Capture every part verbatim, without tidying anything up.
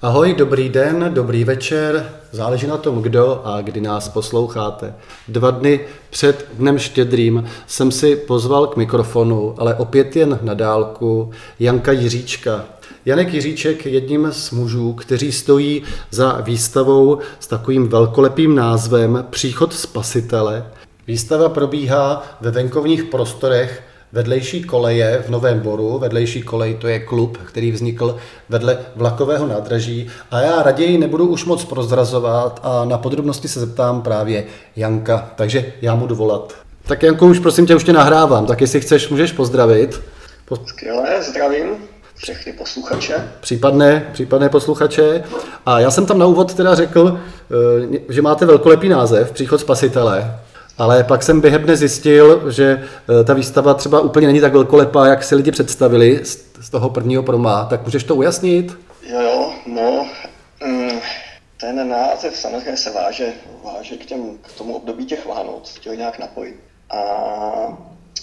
Ahoj, dobrý den, dobrý večer, záleží na tom, kdo a kdy nás posloucháte. Dva dny před Dnem štědrým jsem si pozval k mikrofonu, ale opět jen na dálku, Janka Jiříčka. Janek Jiříček je jedním z mužů, kteří stojí za výstavou s takovým velkolepým názvem Příchod spasitele. Výstava probíhá ve venkovních prostorech Vedlejší koleje v Novém Boru. Vedlejší kolej, to je klub, který vznikl vedle vlakového nádraží. A já raději nebudu už moc prozrazovat a na podrobnosti se zeptám právě Janka. Takže já mu jdu volat. Tak Janko, už prosím tě, už tě nahrávám. Tak jestli chceš, můžeš pozdravit. Po... Skvělé, zdravím všechny posluchače. Případné, případné posluchače. A já jsem tam na úvod teda řekl, že máte velkolepý název, Příchod spasitele. Ale pak jsem během dne zjistil, že ta výstava třeba úplně není tak velkolepá, jak si lidi představili z toho prvního proma. Tak můžeš to ujasnit? Jo, jo, no, ten název samozřejmě se váže, váže k, těm, k tomu období těch Vánoc, chtěli nějak napojit. A, a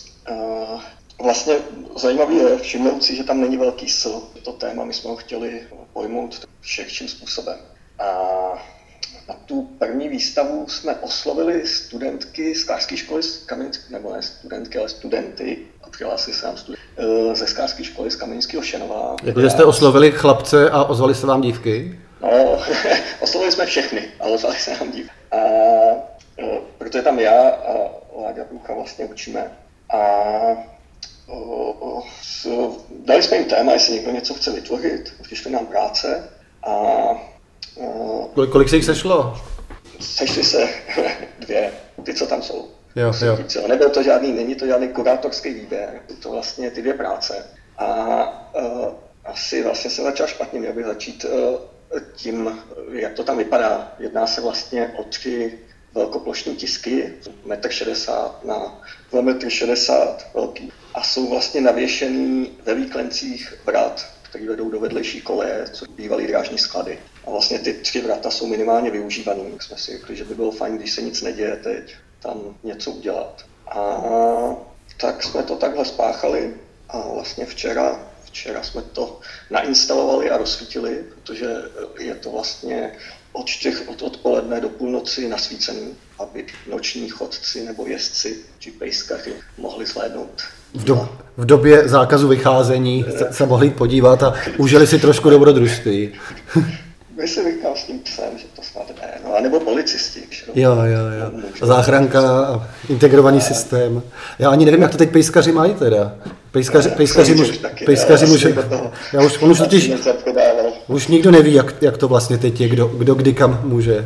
vlastně zajímavý je všimnout si, že tam není velký S. To téma my jsme ho chtěli pojmout všem způsobem. A na tu první výstavu jsme oslovili studentky z Sklářské školy z Kamenického, nebo ne studentky, ale studenty, a přihlásili se nám studenti ze Sklářské školy z Kamenického Šenova. Jakože jste oslovili chlapce a ozvali se vám dívky? No, oslovili jsme všechny a ozvali se nám dívky. A protože tam já a Láďa Průcha vlastně učíme. A o, o, s, dali jsme jim téma, jestli někdo něco chce vytvořit, přišli nám práce a Kolik, kolik se jich sešlo? Sešli se dvě, ty, co tam jsou. Jo, jo. Nebyl to žádný, není to žádný kurátorský výběr, to vlastně ty dvě práce. A uh, asi vlastně jsem začal špatně, měl bych začít uh, tím, jak to tam vypadá. Jedná se vlastně o tři velkoplošní tisky, metr šedesát na dva metry šedesát velký. A jsou vlastně navěšený ve výklencích vrat, které vedou do vedlejší koleje, co bývaly drážní sklady. A vlastně ty tři vrata jsou minimálně využívaný. Jsme si řekli, že by bylo fajn, když se nic neděje teď, tam něco udělat. A tak jsme to takhle spáchali a vlastně včera, včera jsme to nainstalovali a rozsvítili, protože je to vlastně od čtyř od odpoledne do půlnoci nasvícený, aby noční chodci nebo jezdci či pejskaři mohli zhlédnout. V, do, v době zákazu vycházení se mohli podívat a užili si trošku dobrodružství. By si říkal s tím psem, že to snad ne, no a nebo policisti. Jo, jo, jo. Záchranka a integrovaný a... systém. Já ani nevím, jak to teď pejskaři mají teda. Pejskaři, ne, pejskaři, muž, taky, pejskaři může... Já už, on už totiž... Už nikdo neví, jak, jak to vlastně teď je, kdo, kdo kdy kam může.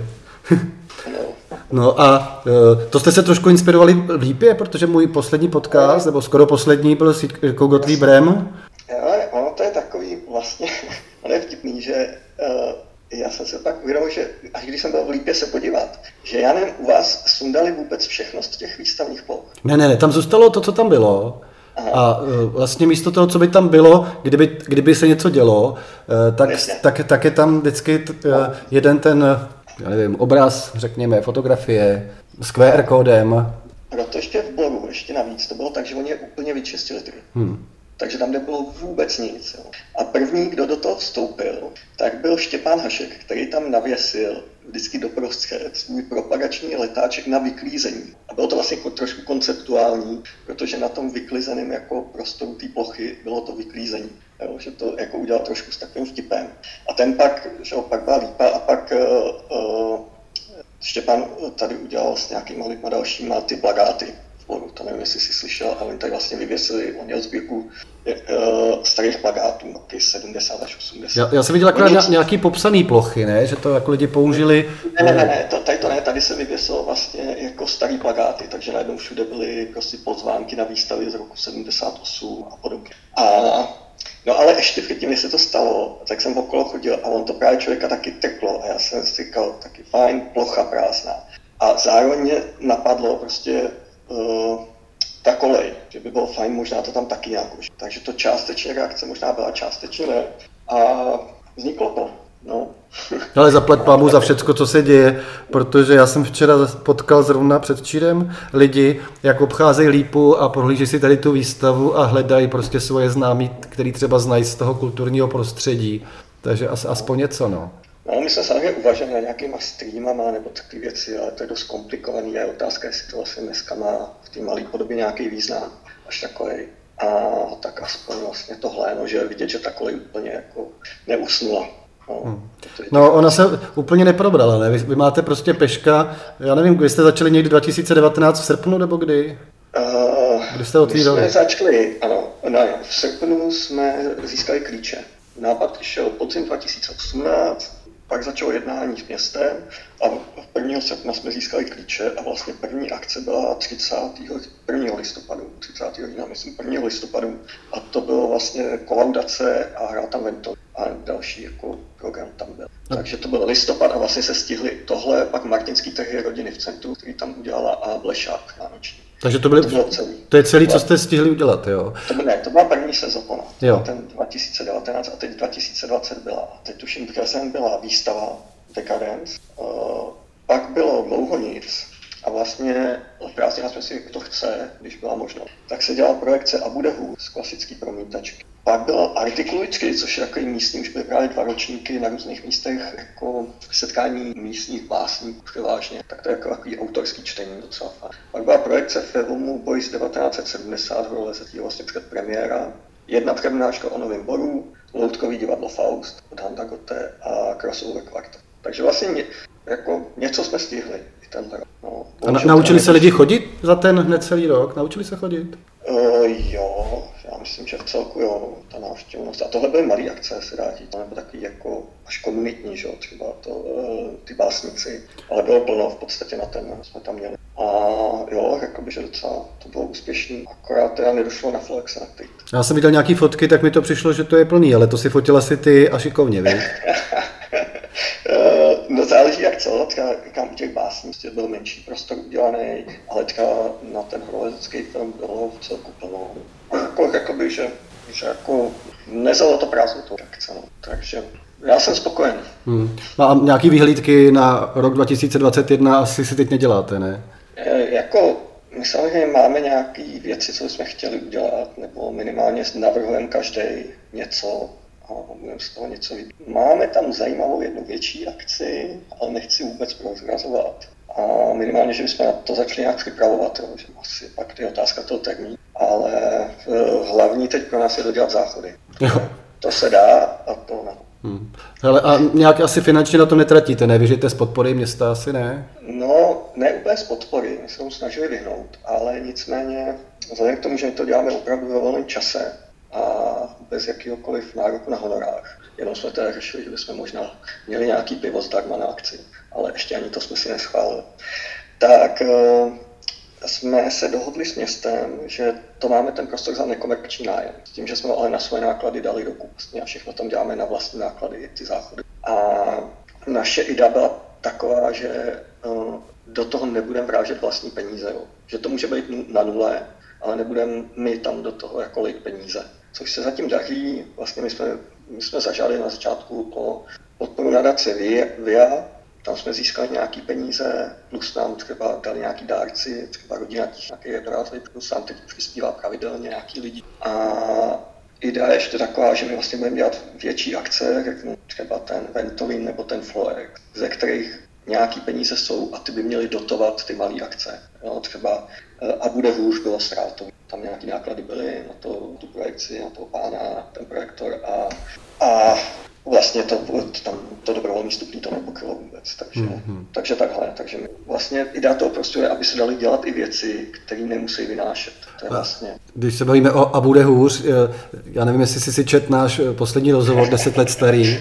No a to jste se trošku inspirovali v Lípě, protože můj poslední podcast, nebo skoro poslední, byl s Jitkou Gottliebem. Ale ono to je takový vlastně, ono je vtipný, že uh, já jsem se pak uvědomil, že až když jsem byl v Lípě se podívat, že já nevím, u vás sundali vůbec všechno z těch výstavních ploch. Ne, ne, ne, tam zůstalo to, co tam bylo. Aha. A uh, vlastně místo toho, co by tam bylo, kdyby, kdyby se něco dělo, uh, tak, tak, tak je tam vždycky t, uh, jeden ten... já nevím, obraz, řekněme, fotografie s Q R kódem. Proto ještě v Boru, ještě navíc, to bylo tak, že oni je úplně vyčistili. Hmm. Takže tam nebylo vůbec nic. Jo. A první, kdo do toho vstoupil, tak byl Štěpán Hašek, který tam navěsil vždycky doprostřed svůj propagační letáček na vyklízení. A bylo to vlastně trošku konceptuální, protože na tom vyklizeném jako prostoru té plochy bylo to vyklízení. Jo, že to jako udělal trošku s takovým vtipem. A ten pak, že pak byla Lípa a pak uh, uh, Štěpán tady udělal s nějakýma lidma dalšíma ty plakáty. To nevím, jestli jsi slyšel, ale oni tady vlastně vyvěsili, on měl sbírku uh, starých plakátů, taky sedmdesát až osmdesát. Já, já jsem viděl akorát oni... nějaký popsaný plochy, ne? Že to jako lidi použili. Ne, ne, ne, ne to, tady to ne, tady se vyvěsilo vlastně jako starý plakáty, takže najednou všude byly prostě pozvánky na výstavy z roku sedmdesát osm a podobně. A no ale ještě předtím, než se to stalo, tak jsem okolo chodil a on to právě člověka taky teklo a já jsem si říkal, taky fajn, plocha prázdná. A zároveň mě napadlo prostě uh, ta kolej, že by bylo fajn možná to tam taky nějak už. Takže to částečně reakce možná byla částečně ne. A vzniklo to. No. Ale zaplať pámu za všecko, co se děje, protože já jsem včera potkal zrovna předčírem lidi, jak obcházejí Lípu a prohlíží si tady tu výstavu a hledají prostě svoje známí, který třeba znají z toho kulturního prostředí. Takže as, aspoň něco, no. No, my jsme samozřejmě uvažovali na nějakýma streamama nebo takové věci, ale to je dost komplikovaný. Je otázka, jestli to vlastně dneska má v té malé podobě nějaký význam, až takový. A tak aspoň vlastně tohle, no, že vidět, že takhle úplně jako neusnula. No, hmm. no ona se úplně neprobrala, ne? Vy, vy máte prostě Peška, já nevím, kdy jste začali někdy dva tisíce devatenáct v srpnu, nebo kdy? Uh, kdy jste otvírali? My jsme začali, ano, ne, v srpnu jsme získali klíče. Nápad přišel podzim dva tisíce osmnáct, pak začalo jednání s městem a prvního srpna jsme získali klíče a vlastně první akce byla třicátého prvního listopadu, třicátého října, myslím prvního listopadu a to bylo vlastně kolaudace a hrál tam Vento a další jako program tam byl. Takže to byl listopad a vlastně se stihli tohle, pak Martinský trhy rodiny v centru, který tam udělala a Blešák nánoční. Takže to, byly, to bylo celý. To je celý, co jste stihli udělat, jo? To, ne, to byla první sezóna, jo. Ten dva tisíce devatenáct a teď dva tisíce dvacet byla. A teď tuším březen byla výstava Decadence, uh, pak bylo dlouho nic a vlastně v prázdninách jsme si, kdo chce, když byla možnost, tak se dělala projekce A bude hůř z klasický promítačky. Pak bylo Artikuluičky, což je takový místní, už byly právě dva ročníky na různých místech, jako setkání místních básníků převážně, tak to je jako takový autorský čtení docela fajn. Pak byla projekce filmu Boj z devatenáct set sedmdesát, v lezetí vlastně před premiéra, jedna přednáška o novém boru, loutkový divadlo Faust od Handa Gotte a crossover kvartet. Takže vlastně ně, jako něco jsme stihli i tenhle rok. No, a na, naučili se lidi chodit za ten necelý rok? Naučili se chodit? Uh, jo, já myslím, že v celku jo, ta návštěvnost. A tohle byly malé akce, se dá říct, nebo takový jako až komunitní, že jo, třeba to, uh, ty básnici, ale bylo plno v podstatě na ten, jsme tam měli. A jo, jakoby, že docela to bylo úspěšný, akorát teda nedošlo na flex na ty. Já jsem viděl nějaký fotky, tak mi to přišlo, že to je plný, ale to si fotila si ty a šikovně, víš? No záleží jak co, třeba říkám u těch básní, byl menší prostor udělaný, ale třeba na ten horolezecký film bylo v celku plno. Jako, jakoby, že, že jako nezalo to prázdno tu akce, no. Takže já jsem spokojený. Hmm. A nějaký vyhlídky na rok dva tisíce dvacet jedna asi si teď neděláte, ne? E, jako my samozřejmě máme nějaké věci, co jsme chtěli udělat, nebo minimálně navrhujeme každý něco, a budeme z toho něco vidět. Máme tam zajímavou jednu větší akci, ale nechci vůbec prozrazovat. A minimálně, že bychom na to začali nějak připravovat, jo, že asi pak je otázka toho termínu. Ale hlavní teď pro nás je dodělat záchody. Jo. To se dá a to ne. Hmm. Hele, a nějak asi finančně na to netratíte, ne? Vy žijete z podpory města, asi ne? No, ne úplně z podpory, my se tomu snažili vyhnout, ale nicméně, vzhledem k tomu, že my to děláme opravdu ve volném čase, a bez jakýhokoliv nároku na honorách. Jenom jsme teda řešili, že bychom možná měli nějaký pivo zdarma na akci, ale ještě ani to jsme si neschválili. Tak jsme se dohodli s městem, že to máme ten prostor za nekomerční nájem. S tím, že jsme ale na své náklady dali dokup vlastně a všechno tam děláme na vlastní náklady, ty záchody. A naše idea byla taková, že do toho nebudeme vrážet vlastní peníze. Jo. Že to může být na nule, ale nebudeme my tam do toho jako lejt peníze. Což se zatím daří, vlastně my jsme, my jsme zažádali na začátku o podporu nadace V I A, tam jsme získali nějaký peníze, plus nám třeba dali nějaký dárci, třeba rodina těch nějaký jednorázový, plus nám teď přispívá pravidelně nějaký lidi. A idea je ještě taková, že my vlastně budeme dělat větší akce, řeknu třeba ten Ventolin nebo ten Floer, ze kterých nějaký peníze jsou a ty by měly dotovat ty malé akce. Jo, třeba A bude hůř bylo ztrátový. Tam nějaké náklady byly na to, tu projekci, na toho pána, ten projektor a, a vlastně to, tam to dobrovolný vstupní to nepokrylo vůbec. Takže, mm-hmm. takže takhle. Takže vlastně idea toho prostě je, aby se dali dělat i věci, které nemusí vynášet. To je vlastně. Když se bavíme o A bude hůř, já nevím, jestli jsi si čet náš poslední rozhovor, deset let starý.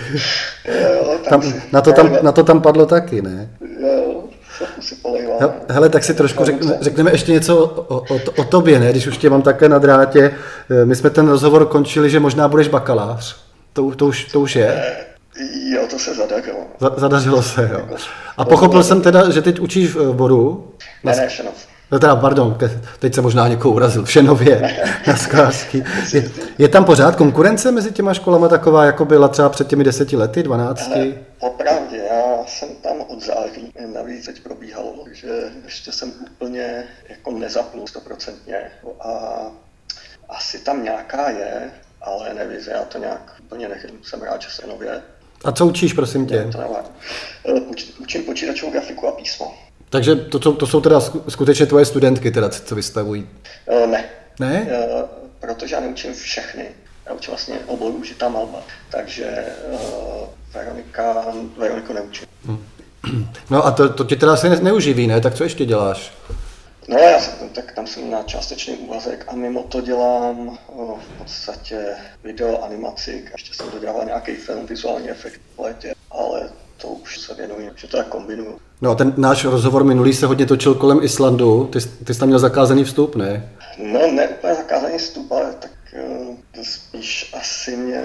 Jo, tam, si, na, to tam, na to tam padlo taky, ne? Jo, si polejvám. Hele, tak si trošku řekneme, řekneme ještě něco o, o, o tobě, ne? Když už tě mám takhle na drátě. My jsme ten rozhovor končili, že možná budeš bakalář. To, to, už, to už je? Jo, to se zadařilo. Zadařilo se, jo. A pochopil jsem teda, že teď učíš v Boru? Ne, ne, Šanov. No teda, pardon, teď se možná někoho urazil. V Šenově, na Sklářský. Je, je tam pořád konkurence mezi těma školama taková, jako byla třeba před těmi deseti lety, dvanácti? Popravdě, já jsem tam od září, navíc teď probíhalo, že ještě jsem úplně jako nezapnul stoprocentně a asi tam nějaká je, ale nevíš, já to nějak úplně nechám. Jsem rád, že se nově. A co učíš, prosím tě? Uč, učím počítačovou grafiku a písmo. Takže to, to, to jsou teda skutečně tvoje studentky, teda, co vystavují? Ne. Ne? Protože já neučím všechny. Já učím vlastně obor užitá malba. Takže uh, Veronika, Veroniku neučím. No a to, to tě teda asi neuživí, ne? Tak co ještě děláš? No já jsem, tak tam jsem na částečný úvazek a mimo to dělám no, v podstatě video, animaci, ještě jsem dodělal nějaký film, vizuální efekt v létě, ale to už se věnuji, že to tak kombinuju. No a ten náš rozhovor minulý se hodně točil kolem Islandu, ty, ty jsi tam měl zakázaný vstup, ne? No ne úplně zakázaný vstup, ale tak uh, spíš asi mě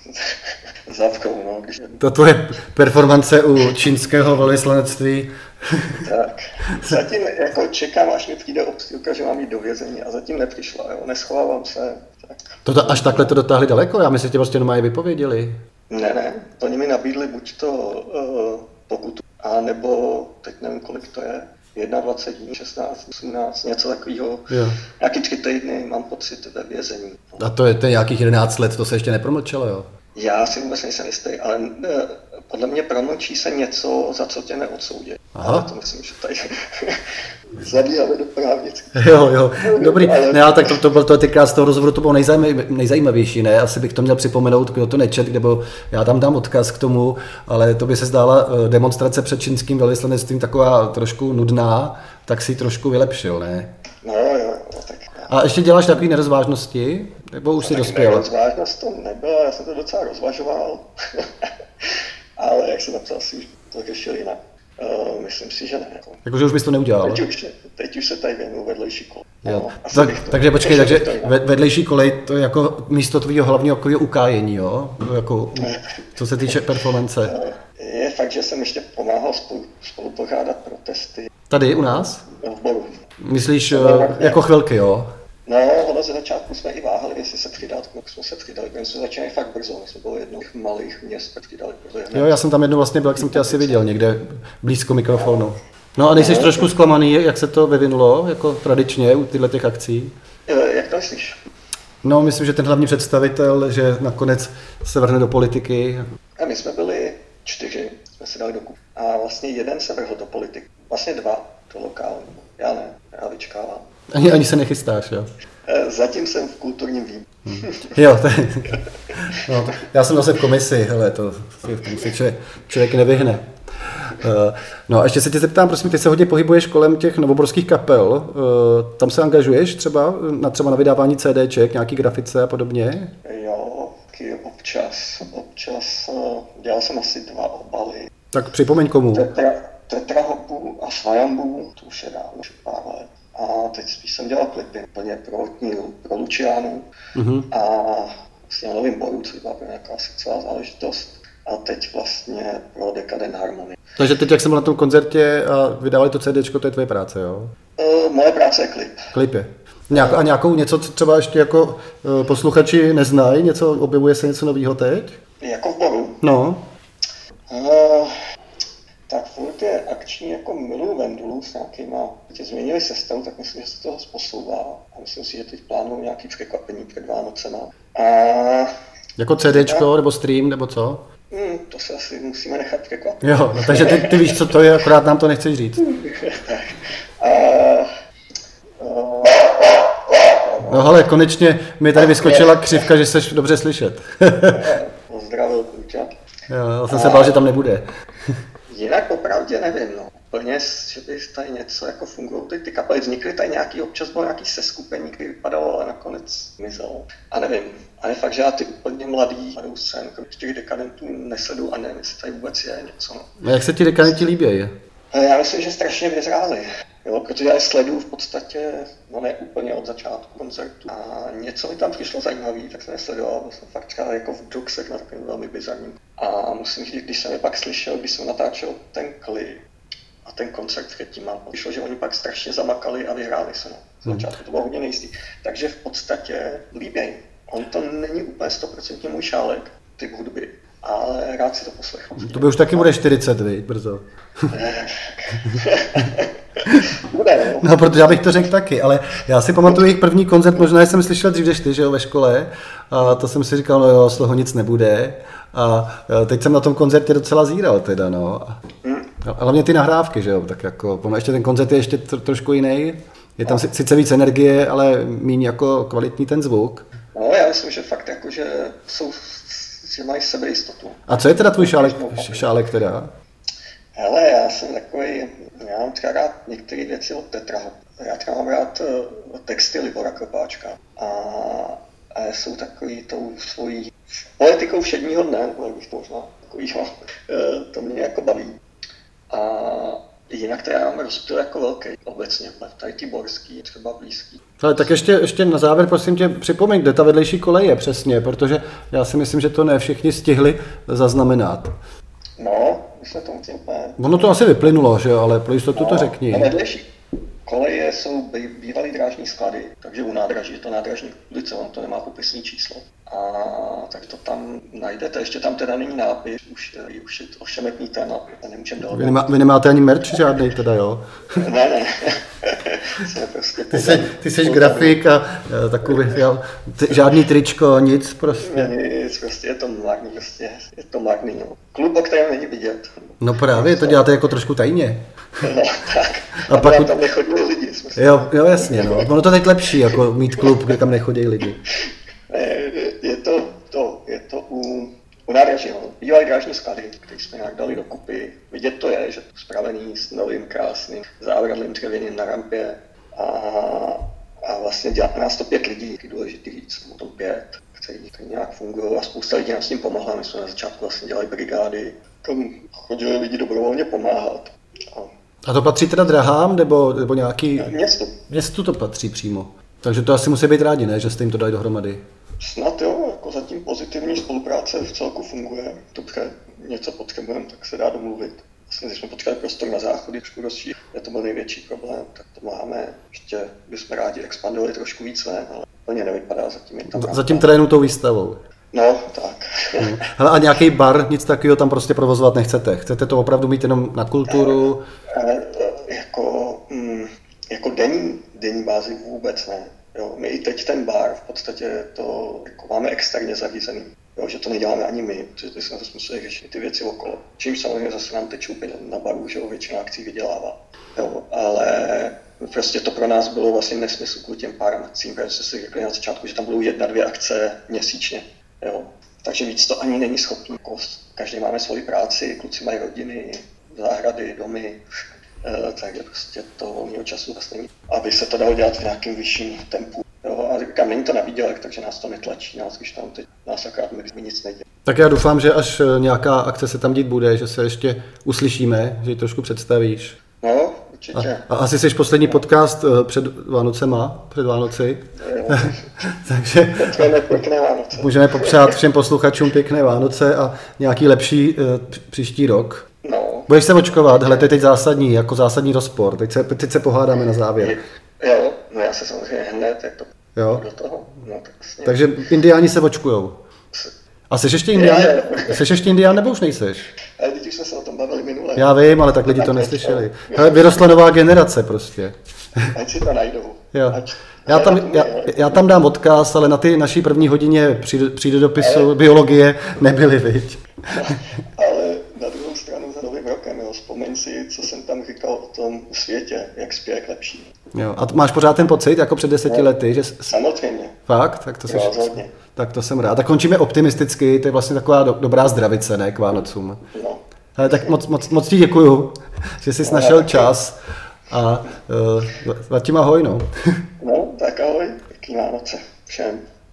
zavkou, no. Když... To tvoje performance u čínského velvyslanectví. Tak, zatím jako čekám, až mi přijde obstilka, že mám jít do vězení a zatím nepřišla, jo, neschovávám se. Tak. To, až takhle to dotáhli daleko? Já myslím, že tě prostě normálně vypověděli. Ne, ne, oni mi nabídli buď to uh, pokutu, a nebo teď nevím, kolik to je, dvacet jedna dní, šestnáct, osmnáct, něco takového, jo. Nějaký tři týdny mám pocit ve vězení. A to je, to je nějakých jedenáct let, to se ještě nepromlčelo, jo? Já si vůbec nejsem jistý, ale uh, podle mě promlčí se něco, za co tě neodsoudí. Ale to myslím, že tady zabíjáme do právnických. Jo, jo, dobrý. Ale... Ne, ale tak to, to bylo to týká z toho rozhovoru, to bylo nejzajímavější, nejzajímavější, ne? Asi bych to měl připomenout, kdo to nečet, kde byl, já tam dám odkaz k tomu, ale to by se zdála demonstrace před čínským velvyslanectvím taková trošku nudná, tak si ji trošku vylepšil, ne? No jo, jo, tak. A ještě děláš takový nerozvážnosti? Nebo už si dospěl? Nerozvážnost to nebyla, já jsem to docela rozvažoval. Ale jak jsem napsal, si už to řešil jinak. Uh, myslím si, že ne. Jakože už bys to neudělal? Teď už, teď už se tady věnuju vedlejší kolej. No, tak, to, takže počkej, takže vedlejší kolej to je jako místo tvýho hlavního ukájení, jo? Jako, co se týče performance. Je fakt, že jsem ještě pomáhal spolu, spolu pořádat protesty. Tady u nás? V Boru. Myslíš jako chvilky, jo? No, ono ze začátku jsme i váhali, jestli se přidat, no jsme se přidali, my jsme začali fakt brzo, my jsme byli jednou z malých měst, jsme přidali brzo. Jo, já jsem tam jednou vlastně byl, jak jsem tě asi viděl, někde blízko mikrofonu. No a nejsi no, trošku zklamaný, jak se to vyvinulo, jako tradičně u těchto těch akcí? Jak to myslíš? No, myslím, že ten hlavní představitel, že nakonec se vrhne do politiky. A my jsme byli čtyři, jsme se dali do kupu. A vlastně jeden se vrhl do politiky, vlastně dva, to lokální, já ne, já vyčkávám. Ani, ani se nechystáš, jo? Zatím jsem v kulturním výboru. Hmm. Jo, to je, no, to, já jsem zase v komisi, hele, to, to si člověk, člověk nevyhne. Uh, no a ještě se tě zeptám, prosím, ty se hodně pohybuješ kolem těch novoborských kapel, uh, tam se angažuješ třeba na, třeba na vydávání CDček, nějaký grafice a podobně? Jo, taky občas, občas, uh, dělal jsem asi dva obaly. Tak připomeň komu. Tetra, Tetrahopu a Svajambu, to už je dávno, už pár let. A teď spíš jsem dělal klipy plně pro Otníru, pro Lucianu mm-hmm. a vlastně na Novým Boru, což byla nějaká sexuální záležitost. A teď vlastně pro Decadent Harmony. Takže teď, jak jsem byl na tom koncertě a vydávali to CDčko, to je tvoje práce, jo? Uh, moje práce je klip. Klip je. Nějak, a nějakou něco, co třeba ještě jako uh, posluchači neznají, něco, objevuje se něco nového teď? Jako v Boru? No. Uh, tak furt je akční jako miluju Vendulu s nějakýma, teď změnili sestavu, tak myslím, že se to posouvá. A myslím si, že teď plánují nějaký překvapení před Vánocema. A... Jako CDčko, a... nebo stream, nebo co? Hmm, to se asi musíme nechat překvapit. Jo, no, takže ty, ty víš, co to je, akorát nám to nechceš říct. Tak. A... Uh... No hele, konečně mi tady vyskočila křivka, že jsi dobře slyšet. Pozdravil klučat. Jo, já jsem se bál, že tam nebude. Jinak popravdě nevím, no. Plně, že by tady něco jako fungovalo. Ty, ty kapely vznikly, tady nějaký, občas bylo nějaký seskupení, který vypadalo, ale nakonec zmizelo. A nevím, ale fakt, že já ty úplně mladý mladou scénu, kromě těch dekadentů nesledu a nevím, jestli tady vůbec je něco. No. A jak se ti dekadenti líbí? Já myslím, že strašně vyzráli, jo, protože já je sleduju v podstatě, no ne úplně od začátku koncertu. A něco mi tam přišlo zajímavé, tak jsem je sledoval, byl jsem fakt třeba jako v Doxech na takovým velmi bizarním. A musím říct, když jsem je pak slyšel, když jsem natáčel ten klip a ten koncert předtím, mám přišlo, že oni pak strašně zamakali a vyhráli se. No. Z začátku to bylo hodně nejistý. Takže v podstatě líběj. On to není úplně stoprocentně můj šálek, typ hudby. Ale rád si to poslechnu. To by už taky bude čtyřicet, viď, brzo. Bude, no. No, protože já bych to řekl taky, ale já si pamatuju jejich první koncert, možná jsem slyšel dřív než ty, že jo, ve škole, a to jsem si říkal, no jo, z toho nic nebude. A teď jsem na tom koncertě docela zíral teda, no. A hlavně ty nahrávky, že jo, tak jako, ono ještě ten koncert je ještě tro, trošku jiný. Je tam sice víc energie, ale méně jako kvalitní ten zvuk. No, já myslím, že fakt jako, že jsou, že mají sebejistotu. A co je teda tvůj šálek, šálek teda? Hele, já jsem takový, já mám třeba rád některé věci od Tetra. Já třeba mám rád texty Libora Kropáčka. A, a jsou takový tou svojí politikou všedního dne, nebo bych to možná takovýho, to mě jako baví. A jinak to já mám rozptyl jako velký obecně, tady ty borský, třeba blízký. Ale tak ještě, ještě na závěr prosím tě připomeň, kde ta vedlejší kolej je přesně, protože já si myslím, že to ne všichni stihli zaznamenat. No, my jsme to musím úplně... Ono to asi vyplynulo, že jo, ale pro jistotu no, to řekni. No, vedlejší koleje jsou bývalý drážní sklady, takže u nádraží je to nádražní ulice, on to nemá popisný číslo. A tak to tam najdete, ještě tam teda není nápis, už, už je to ošemetný ten nápis, nemůžeme dál. Vy, nemá, vy nemáte ani merch žádnej teda, jo? Ne, ne. prostě ty, se, ty jsi grafik a takový, já, ty, žádný tričko, nic prostě. Nic, prostě je to marný, prostě je to marný, no. Klub, o kterém není vidět. No právě, to děláte jako trošku tajně. No, tak. A, a pak tam nechodí lidi. Jo, jo, jasně, no. Ono to teď lepší, jako mít klub, kde tam nechodí lidi. Je to, to, je to u, u nádraží, no. Bývalý drážní sklady, který jsme nějak dali dokupy. Vidět to je, že to spravený s novým krásným závradlým dřevěným na rampě. A, a vlastně dělá nás to pět lidí, je důležitý říct, o tom pět, který, který nějak fungují a spousta lidí nám s tím pomohla. My jsme na začátku vlastně dělali brigády, kam chodili lidi dobrovolně pomáhat. A, a to patří teda drahám, nebo, nebo nějaký... Městu. Městu to patří přímo. Takže to asi musí být rádi, ne, že jste jim to dali dohromady. Snad jo, jako zatím pozitivní spolupráce v celku funguje. Dobře, něco potřebujeme, tak se dá domluvit. Vlastně, když jsme potřebovali prostor na záchody, trošku rozšířit, je to byl největší problém, tak to máme. Ještě bychom rádi expandovali trošku víc ven, ale plně nevypadá zatím. Je tam zatím teda jenom tou výstavou. No, tak. Hele, a nějaký bar, nic takového tam prostě provozovat nechcete? Chcete to opravdu mít jenom na kulturu? Ale, jako, mm, jako denní, denní bázi vůbec ne. Jo, my i teď ten bar v podstatě to jako máme externě zařízený, jo, že to neděláme ani my, protože jsme zase museli řešit ty věci okolo. Čímž samozřejmě zase nám tečou peníze na baru, že jo, většina akcí vydělává. Jo, ale prostě to pro nás bylo vlastně nesmysl kvůli těm pár akcím, protože jsme si řekli na začátku, že tam budou jedna, dvě akce měsíčně. Jo. Takže víc to ani není schopný. Každý máme svoji práci, kluci mají rodiny, zahrady, domy. Takže prostě to volného času vlastně není, aby se to dalo dělat v nějakém vyšším tempu. Jo, a říkám, není to na výdělek, takže nás to netlačí, nás, když tam teď nás akorát my, my nic neděláme. Tak já doufám, že až nějaká akce se tam dít bude, že se ještě uslyšíme, že ji trošku představíš. No, určitě. A, a asi jsi poslední podcast před Vánocema, před Vánoci. Takže pěkné Vánoce. Můžeme popřát všem posluchačům pěkné Vánoce a nějaký lepší uh, příští rok. No. Budeš se očkovat, hele, to je teď zásadní, jako zásadní rozpor, teď se, teď se pohádáme na závěr. Jo, no já se samozřejmě hned, jak to jo. do toho. No, tak vlastně. Takže indiáni se očkujou. A jsi ještě indián? Jsi ještě indián nebo už nejseš? Ale teď už jsme se o tom bavili minule. Já vím, ale tak lidi to neslyšeli. Hele, vyrostla nová generace prostě. Ať si to najdou. Jo. Já tam, já, já tam dám odkaz, ale na ty naší první hodině přijde, přijde dopisu ale, biologie nebyly, viď? Ale na druhou stranu za novým rokem, jo, vzpomeň si, co jsem tam říkal o tom světě, jak spěje k lepší. Jo, a máš pořád ten pocit, jako před deseti no, lety? Že... Samozřejmě. Fakt? Tak to, jsi... jo, tak to jsem rád. Tak končíme optimisticky, to je vlastně taková do, dobrá zdravice, ne, k Vánocům. No. Hele, tak moc, moc, moc ti děkuju, že jsi no, našel čas a uh, zatím ahoj, no. No, tak ahoj, pěkný Vánoce všem.